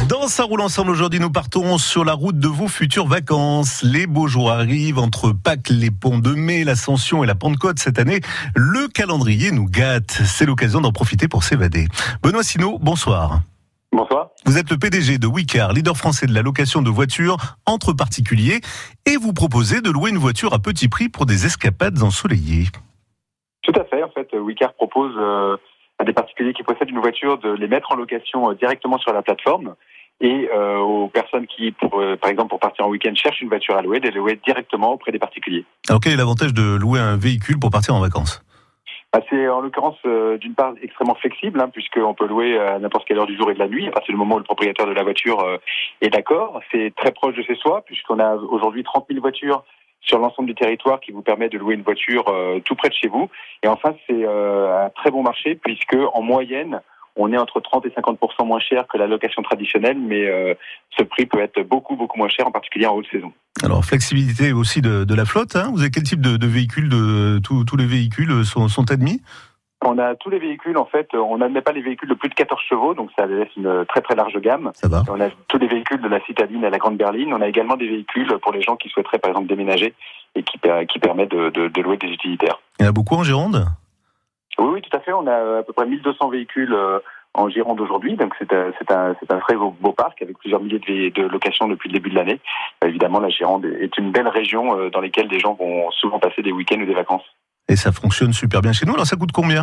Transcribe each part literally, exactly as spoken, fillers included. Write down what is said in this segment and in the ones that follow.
Dans Ça roule ensemble, aujourd'hui, nous partons sur la route de vos futures vacances. Les beaux jours arrivent entre Pâques, les ponts de mai, l'Ascension et la Pentecôte cette année. Le calendrier nous gâte. C'est l'occasion d'en profiter pour s'évader. Benoît Sinault, bonsoir. Bonsoir. Vous êtes le P D G de Wicar, leader français de la location de voitures entre particuliers, et vous proposez de louer une voiture à petit prix pour des escapades ensoleillées. Tout à fait. En fait, Wicar propose euh, à des particuliers qui possèdent une voiture de les mettre en location euh, directement sur la plateforme. Et euh, aux personnes qui, pour, euh, par exemple, pour partir en week-end, cherchent une voiture à louer, de les louer directement auprès des particuliers. Alors quel est l'avantage de louer un véhicule pour partir en vacances ? Bah, c'est en l'occurrence euh, d'une part extrêmement flexible, hein, puisqu'on peut louer à n'importe quelle heure du jour et de la nuit, à partir du moment où le propriétaire de la voiture euh, est d'accord. C'est très proche de chez soi, puisqu'on a aujourd'hui trente mille voitures sur l'ensemble du territoire qui vous permet de louer une voiture euh, tout près de chez vous. Et enfin, c'est euh, un très bon marché, puisque en moyenne, on est entre trente et cinquante pour cent moins cher que la location traditionnelle, mais euh, ce prix peut être beaucoup, beaucoup moins cher, en particulier en haute saison. Alors, flexibilité aussi de, de la flotte, hein. Vous avez quel type de, de véhicule de, tous, tous les véhicules sont, sont admis ? On a tous les véhicules, en fait, on n'admet pas les véhicules de plus de quatorze chevaux, donc ça laisse une très très large gamme. Ça va. On a tous les véhicules de la citadine à la grande berline. On a également des véhicules pour les gens qui souhaiteraient, par exemple, déménager et qui, qui permettent de, de, de louer des utilitaires. Il y en a beaucoup en Gironde ? Oui, oui, tout à fait. On a à peu près mille deux cents véhicules en Gironde aujourd'hui, donc c'est un, c'est un, c'est un très beau, beau parc avec plusieurs milliers de, de locations depuis le début de l'année. Évidemment, la Gironde est une belle région dans laquelle les gens vont souvent passer des week-ends ou des vacances. Et ça fonctionne super bien chez nous. Alors ça coûte combien ?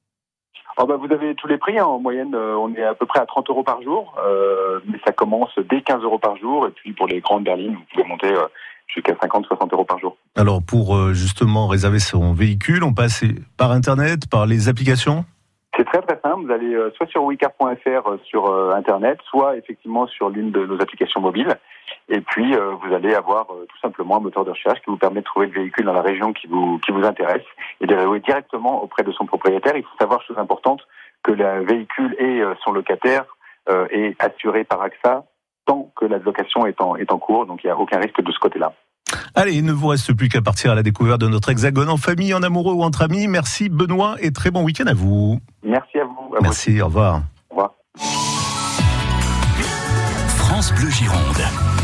Oh bah vous avez tous les prix, hein. En moyenne on est à peu près à trente euros par jour, euh, mais ça commence dès quinze euros par jour, et puis pour les grandes berlines vous pouvez monter euh, jusqu'à cinquante à soixante euros par jour. Alors pour euh, justement réserver son véhicule, on passe par internet, par les applications ? C'est très très simple, vous allez euh, soit sur wicar point f r euh, sur euh, internet, soit effectivement sur l'une de nos applications mobiles, et puis euh, vous allez avoir euh, tout simplement un moteur de recherche qui vous permet de trouver le véhicule dans la région qui vous qui vous intéresse et de le louer directement auprès de son propriétaire. Il faut savoir, chose importante, que le véhicule et euh, son locataire euh, est assuré par A X A tant que la location est en, est en cours, donc il n'y a aucun risque de ce côté-là. Allez, il ne vous reste plus qu'à partir à la découverte de notre hexagone en famille, en amoureux ou entre amis. Merci Benoît et très bon week-end à vous. Merci à vous. À Merci, vous. Au revoir. Au revoir. France Bleu Gironde.